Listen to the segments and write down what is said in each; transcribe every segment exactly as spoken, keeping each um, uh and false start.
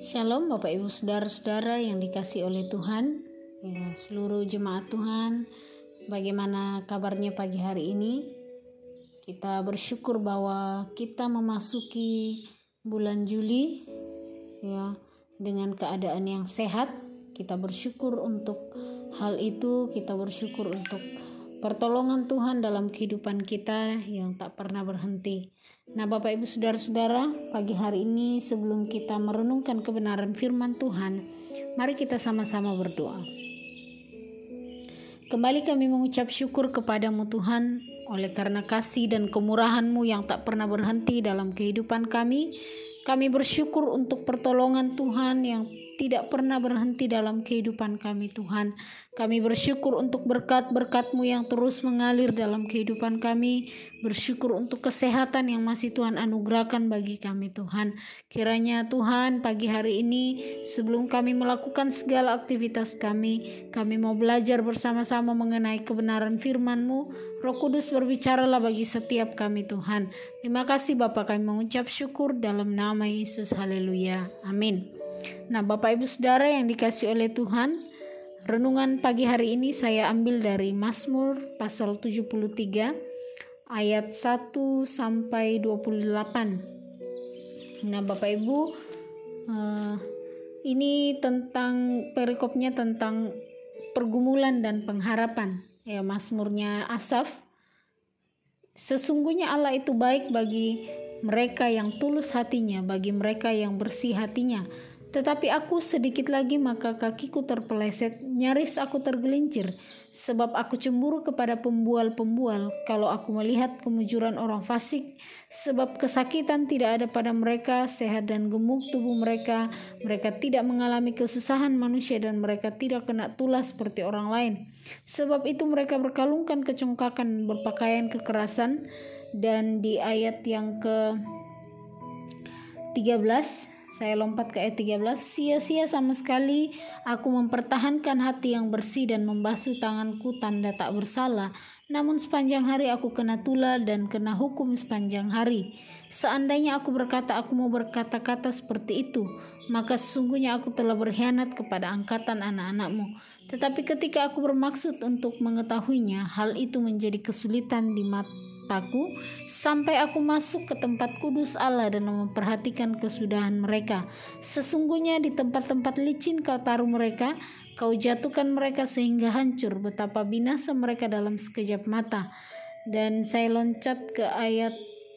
Shalom Bapak Ibu Saudara-saudara yang dikasihi oleh Tuhan, ya, seluruh jemaat Tuhan. Bagaimana kabarnya pagi hari ini? Kita bersyukur bahwa kita memasuki bulan Juli ya dengan keadaan yang sehat. Kita bersyukur untuk hal itu, kita bersyukur untuk pertolongan Tuhan dalam kehidupan kita yang tak pernah berhenti. Nah Bapak Ibu Saudara-saudara, pagi hari ini sebelum kita merenungkan kebenaran firman Tuhan, mari kita sama-sama berdoa. Kembali kami mengucap syukur kepadamu Tuhan, oleh karena kasih dan kemurahan-Mu yang tak pernah berhenti dalam kehidupan kami. Kami bersyukur untuk pertolongan Tuhan yang tidak pernah berhenti dalam kehidupan kami Tuhan. Kami bersyukur untuk berkat-berkat-Mu yang terus mengalir dalam kehidupan kami. Bersyukur untuk kesehatan yang masih Tuhan anugerahkan bagi kami Tuhan. Kiranya Tuhan pagi hari ini sebelum kami melakukan segala aktivitas kami, kami mau belajar bersama-sama mengenai kebenaran firman-Mu. Roh Kudus berbicaralah bagi setiap kami Tuhan. Terima kasih Bapa, kami mengucap syukur dalam nama Yesus. Haleluya. Amin. Nah Bapak Ibu Saudara yang dikasihi oleh Tuhan, renungan pagi hari ini saya ambil dari Mazmur pasal tujuh puluh tiga ayat satu sampai dua puluh delapan. Nah Bapak Ibu, uh, ini tentang perikopnya tentang pergumulan dan pengharapan. Ya, Mazmurnya Asaf. Sesungguhnya Allah itu baik bagi mereka yang tulus hatinya, bagi mereka yang bersih hatinya. Tetapi aku sedikit lagi maka kakiku terpeleset, nyaris aku tergelincir, sebab aku cemburu kepada pembual-pembual kalau aku melihat kemujuran orang fasik, sebab kesakitan tidak ada pada mereka, sehat dan gemuk tubuh mereka, mereka tidak mengalami kesusahan manusia dan mereka tidak kena tulas seperti orang lain. Sebab itu mereka berkalungkan kecongkakan dan berpakaian kekerasan. Dan di ayat yang ke tiga belas, saya lompat ke ayat tiga belas, sia-sia sama sekali aku mempertahankan hati yang bersih dan membasuh tanganku tanda tak bersalah. Namun sepanjang hari aku kena tula dan kena hukum sepanjang hari. Seandainya aku berkata aku mau berkata-kata seperti itu, maka sesungguhnya aku telah berkhianat kepada angkatan anak-anak-Mu. Tetapi ketika aku bermaksud untuk mengetahuinya, hal itu menjadi kesulitan di mata Aku, sampai aku masuk ke tempat kudus Allah dan memperhatikan kesudahan mereka. Sesungguhnya di tempat-tempat licin kau taruh mereka, kau jatuhkan mereka sehingga hancur, betapa binasa mereka dalam sekejap mata. Dan saya loncat ke ayat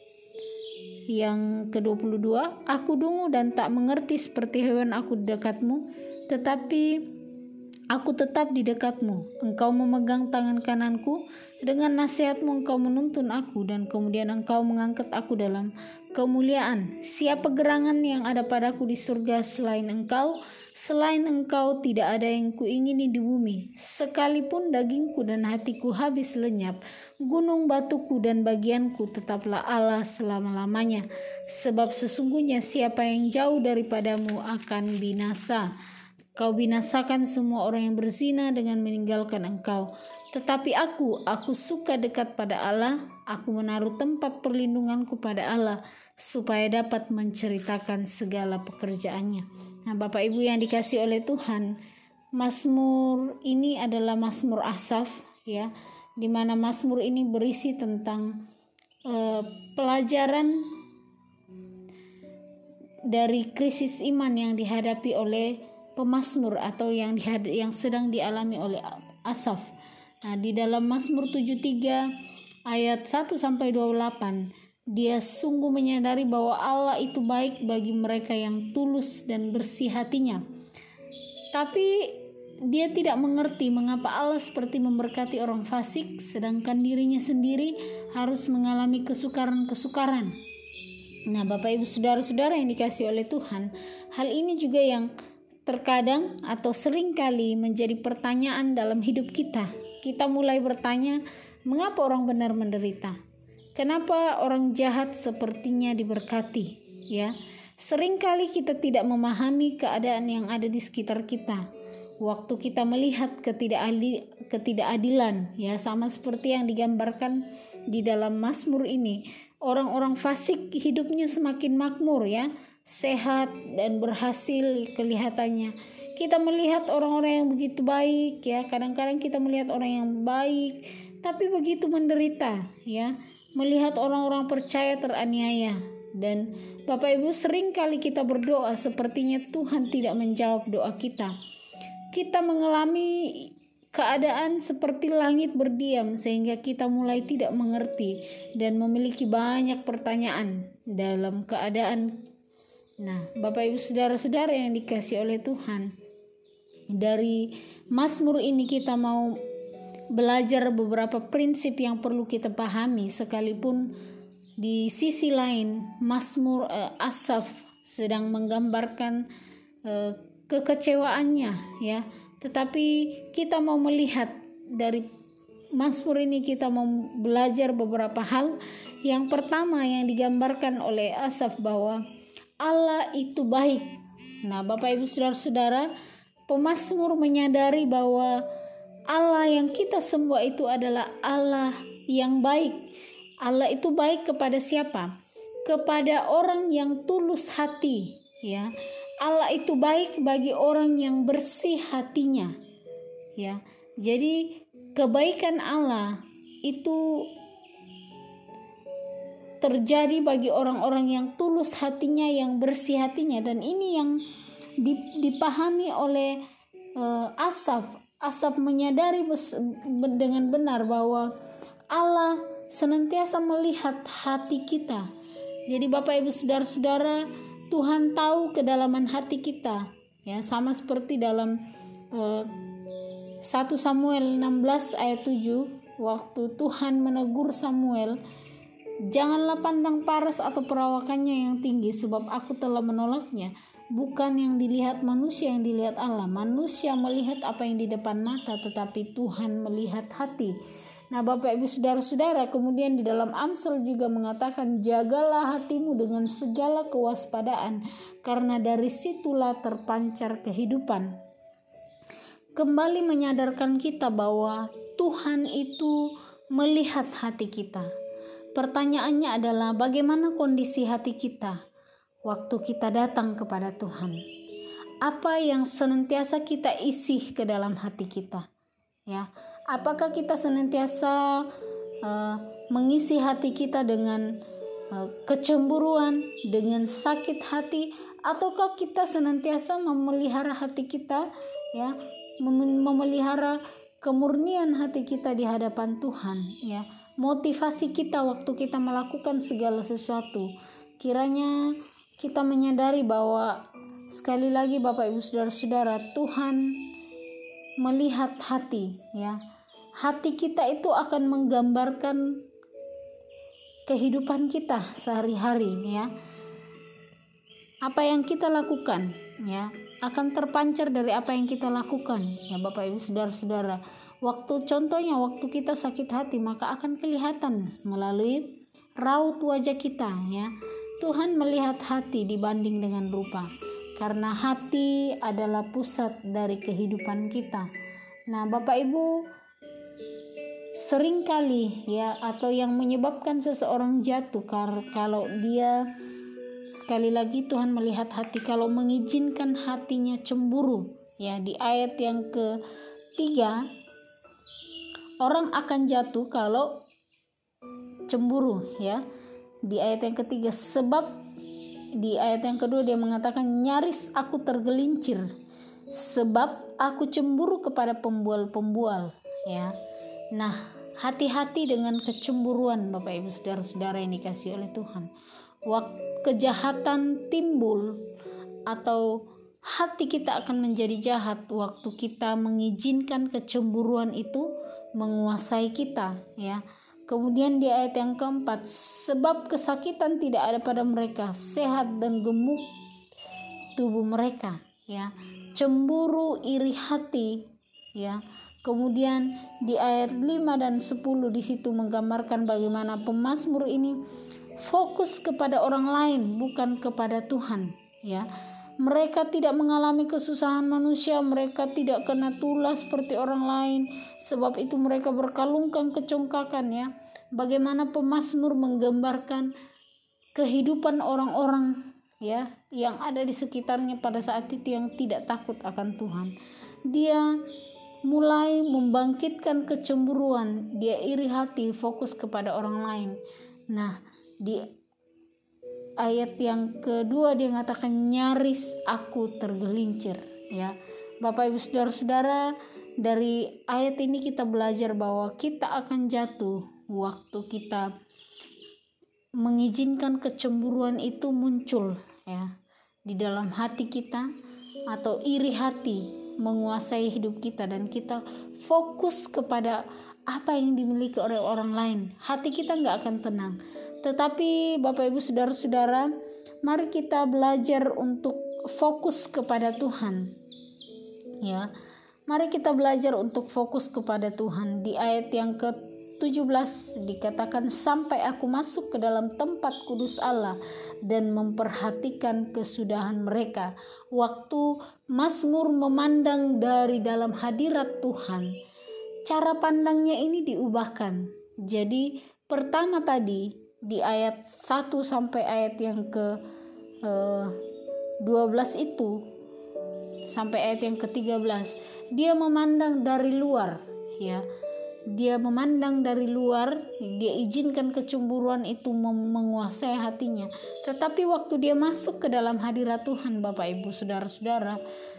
yang ke dua puluh dua, aku dungu dan tak mengerti seperti hewan aku di dekatmu, tetapi aku tetap di dekatmu. Engkau memegang tangan kananku, dengan nasihatmu engkau menuntun aku, dan kemudian engkau mengangkat aku dalam kemuliaan. Siapa gerangan yang ada padaku di surga selain engkau? Selain engkau tidak ada yang kuingini di bumi. Sekalipun dagingku dan hatiku habis lenyap, gunung batuku dan bagianku tetaplah Allah selama-lamanya. Sebab sesungguhnya siapa yang jauh daripadamu akan binasa. Kau binasakan semua orang yang berzina dengan meninggalkan engkau. Tetapi aku, aku suka dekat pada Allah, aku menaruh tempat perlindunganku pada Allah, supaya dapat menceritakan segala pekerjaannya. Nah Bapak Ibu yang dikasihi oleh Tuhan, Mazmur ini adalah Mazmur Asaf, ya, di mana Mazmur ini berisi tentang eh, pelajaran dari krisis iman yang dihadapi oleh pemazmur atau yang dihad- yang sedang dialami oleh Asaf. Nah, di dalam Mazmur tujuh puluh tiga ayat satu sampai dua puluh delapan, dia sungguh menyadari bahwa Allah itu baik bagi mereka yang tulus dan bersih hatinya. Tapi dia tidak mengerti mengapa Allah seperti memberkati orang fasik sedangkan dirinya sendiri harus mengalami kesukaran-kesukaran. Nah, Bapak Ibu Saudara-saudara yang dikasihi oleh Tuhan, hal ini juga yang terkadang atau seringkali menjadi pertanyaan dalam hidup kita. Kita mulai bertanya, mengapa orang benar menderita? Kenapa orang jahat sepertinya diberkati? Ya, seringkali kita tidak memahami keadaan yang ada di sekitar kita. Waktu kita melihat ketidakadil, ketidakadilan, ya sama seperti yang digambarkan di dalam Mazmur ini, orang-orang fasik hidupnya semakin makmur ya, sehat dan berhasil kelihatannya. Kita melihat orang-orang yang begitu baik ya, kadang-kadang kita melihat orang yang baik tapi begitu menderita ya, melihat orang-orang percaya teraniaya. Dan Bapak Ibu, sering kali kita berdoa sepertinya Tuhan tidak menjawab doa kita. Kita mengalami keadaan seperti langit berdiam sehingga kita mulai tidak mengerti dan memiliki banyak pertanyaan dalam keadaan. Nah, Bapak Ibu saudara-saudara yang dikasihi oleh Tuhan, dari Mazmur ini kita mau belajar beberapa prinsip yang perlu kita pahami, sekalipun di sisi lain Mazmur uh, Asaf sedang menggambarkan uh, kekecewaannya ya, tetapi kita mau melihat dari Mazmur ini, kita mau belajar beberapa hal. Yang pertama yang digambarkan oleh Asaf bahwa Allah itu baik. Nah, Bapak Ibu saudara-saudara, pemazmur menyadari bahwa Allah yang kita sembah itu adalah Allah yang baik. Allah itu baik kepada siapa? Kepada orang yang tulus hati, ya. Allah itu baik bagi orang yang bersih hatinya, ya. Jadi kebaikan Allah itu terjadi bagi orang-orang yang tulus hatinya, yang bersih hatinya, dan ini yang dipahami oleh uh, Asaf. Asaf menyadari dengan benar bahwa Allah senantiasa melihat hati kita. Jadi Bapak Ibu saudara-saudara, Tuhan tahu kedalaman hati kita, ya, sama seperti dalam uh, satu Samuel enam belas ayat tujuh, waktu Tuhan menegur Samuel, janganlah pandang paras atau perawakannya yang tinggi, sebab aku telah menolaknya. Bukan yang dilihat manusia yang dilihat Allah. Manusia melihat apa yang di depan mata, tetapi Tuhan melihat hati. Nah, Bapak Ibu saudara-saudara, kemudian di dalam Amsal juga mengatakan, jagalah hatimu dengan segala kewaspadaan, karena dari situlah terpancar kehidupan. Kembali menyadarkan kita bahwa Tuhan itu melihat hati kita. Pertanyaannya adalah bagaimana kondisi hati kita waktu kita datang kepada Tuhan? Apa yang senantiasa kita isi ke dalam hati kita? Ya, apakah kita senantiasa uh, mengisi hati kita dengan uh, kecemburuan, dengan sakit hati, ataukah kita senantiasa memelihara hati kita, ya, mem- memelihara kemurnian hati kita di hadapan Tuhan, ya? Motivasi kita waktu kita melakukan segala sesuatu, kiranya kita menyadari bahwa sekali lagi Bapak Ibu saudara-saudara, Tuhan melihat hati, ya. Hati kita itu akan menggambarkan kehidupan kita sehari-hari, ya. Apa yang kita lakukan, ya, akan terpancar dari apa yang kita lakukan, ya Bapak Ibu saudara-saudara. Waktu contohnya waktu kita sakit hati, maka akan kelihatan melalui raut wajah kita, ya. Tuhan melihat hati dibanding dengan rupa, karena hati adalah pusat dari kehidupan kita. Nah, Bapak Ibu, seringkali ya, atau yang menyebabkan seseorang jatuh kalau dia, sekali lagi Tuhan melihat hati, kalau mengizinkan hatinya cemburu, ya, di ayat yang ketiga, orang akan jatuh kalau cemburu, ya. Di ayat yang ketiga, sebab di ayat yang kedua dia mengatakan, nyaris aku tergelincir sebab aku cemburu kepada pembual-pembual, ya. Nah, hati-hati dengan kecemburuan Bapak Ibu saudara-saudara yang dikasihi oleh Tuhan. Waktu kejahatan timbul atau hati kita akan menjadi jahat waktu kita mengizinkan kecemburuan itu menguasai kita, ya. Kemudian di ayat yang keempat, sebab kesakitan tidak ada pada mereka, sehat dan gemuk tubuh mereka, ya. Cemburu, iri hati, ya. Kemudian di ayat lima dan sepuluh di situ menggambarkan bagaimana pemazmur ini fokus kepada orang lain, bukan kepada Tuhan, ya. Mereka tidak mengalami kesusahan manusia, mereka tidak kena tulah seperti orang lain, sebab itu mereka berkalungkan kecongkakan, ya. bagaimana pemazmur menggambarkan kehidupan orang-orang ya yang ada di sekitarnya pada saat itu yang tidak takut akan Tuhan. Dia mulai membangkitkan kecemburuan, dia iri hati, fokus kepada orang lain. Nah, di ayat yang kedua dia mengatakan nyaris aku tergelincir ya. Bapak Ibu Saudara-saudara, dari ayat ini kita belajar bahwa kita akan jatuh waktu kita mengizinkan kecemburuan itu muncul ya di dalam hati kita, atau iri hati menguasai hidup kita dan kita fokus kepada apa yang dimiliki oleh orang lain. Hati kita nggak akan tenang. Tetapi Bapak Ibu Saudara-saudara, mari kita belajar untuk fokus kepada Tuhan ya. Mari kita belajar untuk fokus kepada Tuhan. Di ayat yang ke tujuh belas dikatakan, sampai aku masuk ke dalam tempat kudus Allah dan memperhatikan kesudahan mereka. Waktu Mazmur memandang dari dalam hadirat Tuhan, cara pandangnya ini diubahkan. Jadi pertama tadi di ayat satu sampai ayat yang ke eh, dua belas itu sampai ayat yang ke tiga belas, dia memandang dari luar ya. Dia memandang dari luar, dia izinkan kecemburuan itu menguasai hatinya. Tetapi waktu dia masuk ke dalam hadirat Tuhan, Bapak Ibu Saudara-saudara,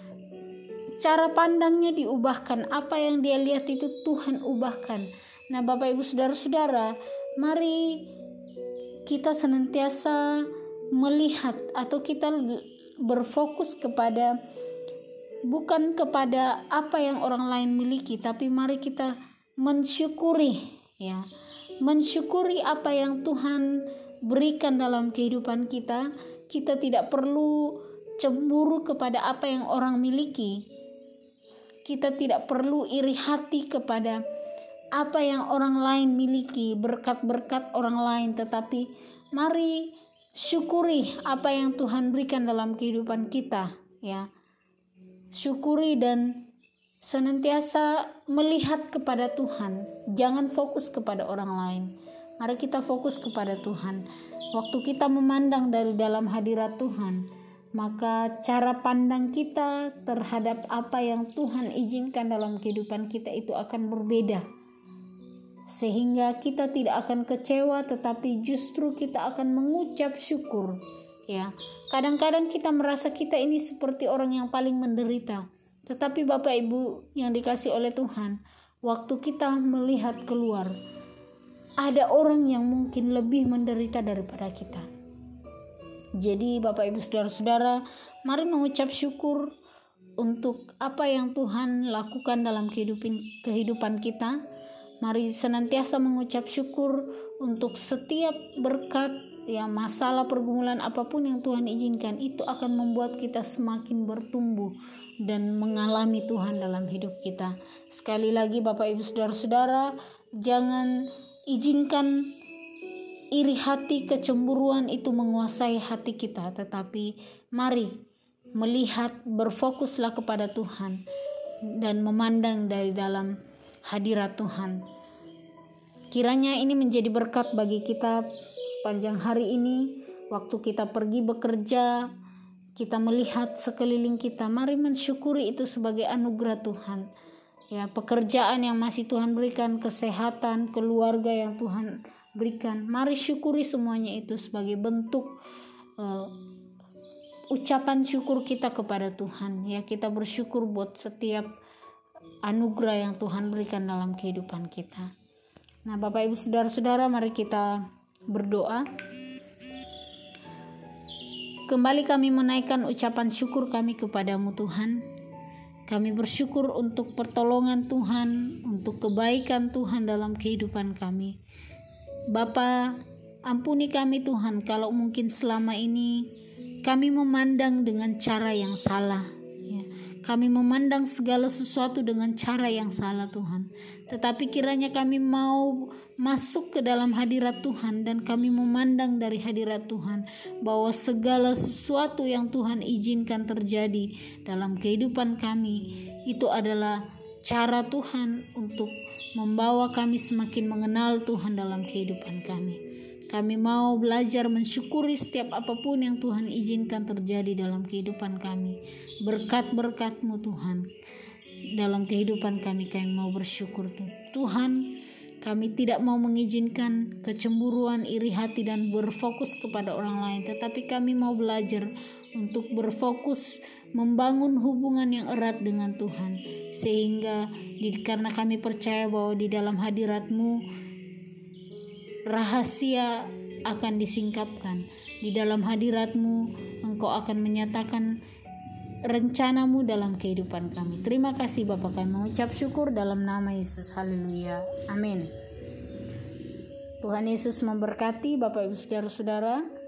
cara pandangnya diubahkan. Apa yang dia lihat itu Tuhan ubahkan. Nah, Bapak Ibu Saudara-saudara, mari kita senantiasa melihat atau kita berfokus kepada bukan kepada apa yang orang lain miliki, tapi mari kita mensyukuri ya, mensyukuri apa yang Tuhan berikan dalam kehidupan kita. Kita tidak perlu cemburu kepada apa yang orang miliki. Kita tidak perlu iri hati kepada apa yang orang lain miliki, berkat-berkat orang lain, tetapi mari syukuri apa yang Tuhan berikan dalam kehidupan kita ya. Syukuri dan senantiasa melihat kepada Tuhan, jangan fokus kepada orang lain. Mari kita fokus kepada Tuhan. Waktu kita memandang dari dalam hadirat Tuhan, maka cara pandang kita terhadap apa yang Tuhan izinkan dalam kehidupan kita itu akan berbeda. Sehingga kita tidak akan kecewa, tetapi justru kita akan mengucap syukur. Ya, kadang-kadang kita merasa kita ini seperti orang yang paling menderita. Tetapi Bapak Ibu yang dikasih oleh Tuhan, waktu kita melihat keluar, ada orang yang mungkin lebih menderita daripada kita. Jadi Bapak Ibu Saudara-saudara, mari mengucap syukur untuk apa yang Tuhan lakukan dalam kehidupan, kehidupan kita. Mari senantiasa mengucap syukur untuk setiap berkat, ya, masalah pergumulan apapun yang Tuhan izinkan, itu akan membuat kita semakin bertumbuh dan mengalami Tuhan dalam hidup kita. Sekali lagi Bapak Ibu Saudara-saudara, jangan izinkan iri hati, kecemburuan itu menguasai hati kita, tetapi mari melihat, berfokuslah kepada Tuhan dan memandang dari dalam hadirat Tuhan. Kiranya ini menjadi berkat bagi kita sepanjang hari ini. Waktu kita pergi bekerja, kita melihat sekeliling kita, mari mensyukuri itu sebagai anugerah Tuhan. Ya, pekerjaan yang masih Tuhan berikan, kesehatan, keluarga yang Tuhan berikan, mari syukuri semuanya itu sebagai bentuk uh, ucapan syukur kita kepada Tuhan. Ya, kita bersyukur buat setiap anugerah yang Tuhan berikan dalam kehidupan kita. Nah, Bapak Ibu Saudara-saudara, mari kita berdoa. Kembali kami menaikkan ucapan syukur kami kepadamu Tuhan. Kami bersyukur untuk pertolongan Tuhan, untuk kebaikan Tuhan dalam kehidupan kami. Bapa, ampuni kami Tuhan kalau mungkin selama ini kami memandang dengan cara yang salah. Ya, kami memandang segala sesuatu dengan cara yang salah Tuhan. Tetapi kiranya kami mau masuk ke dalam hadirat Tuhan dan kami memandang dari hadirat Tuhan bahwa segala sesuatu yang Tuhan izinkan terjadi dalam kehidupan kami itu adalah cara Tuhan untuk membawa kami semakin mengenal Tuhan dalam kehidupan kami. Kami mau belajar mensyukuri setiap apapun yang Tuhan izinkan terjadi dalam kehidupan kami. Berkat-berkat-Mu Tuhan dalam kehidupan kami, kami mau bersyukur Tuhan. Kami tidak mau mengizinkan kecemburuan, iri hati, dan berfokus kepada orang lain. Tetapi kami mau belajar untuk berfokus membangun hubungan yang erat dengan Tuhan. Sehingga di, karena kami percaya bahwa di dalam hadirat-Mu rahasia akan disingkapkan. Di dalam hadirat-Mu Engkau akan menyatakan rencana-Mu dalam kehidupan kami. Terima kasih Bapa, kami mengucap syukur dalam nama Yesus. Haleluya. Amin. Tuhan Yesus memberkati Bapak Ibu saudara-saudara.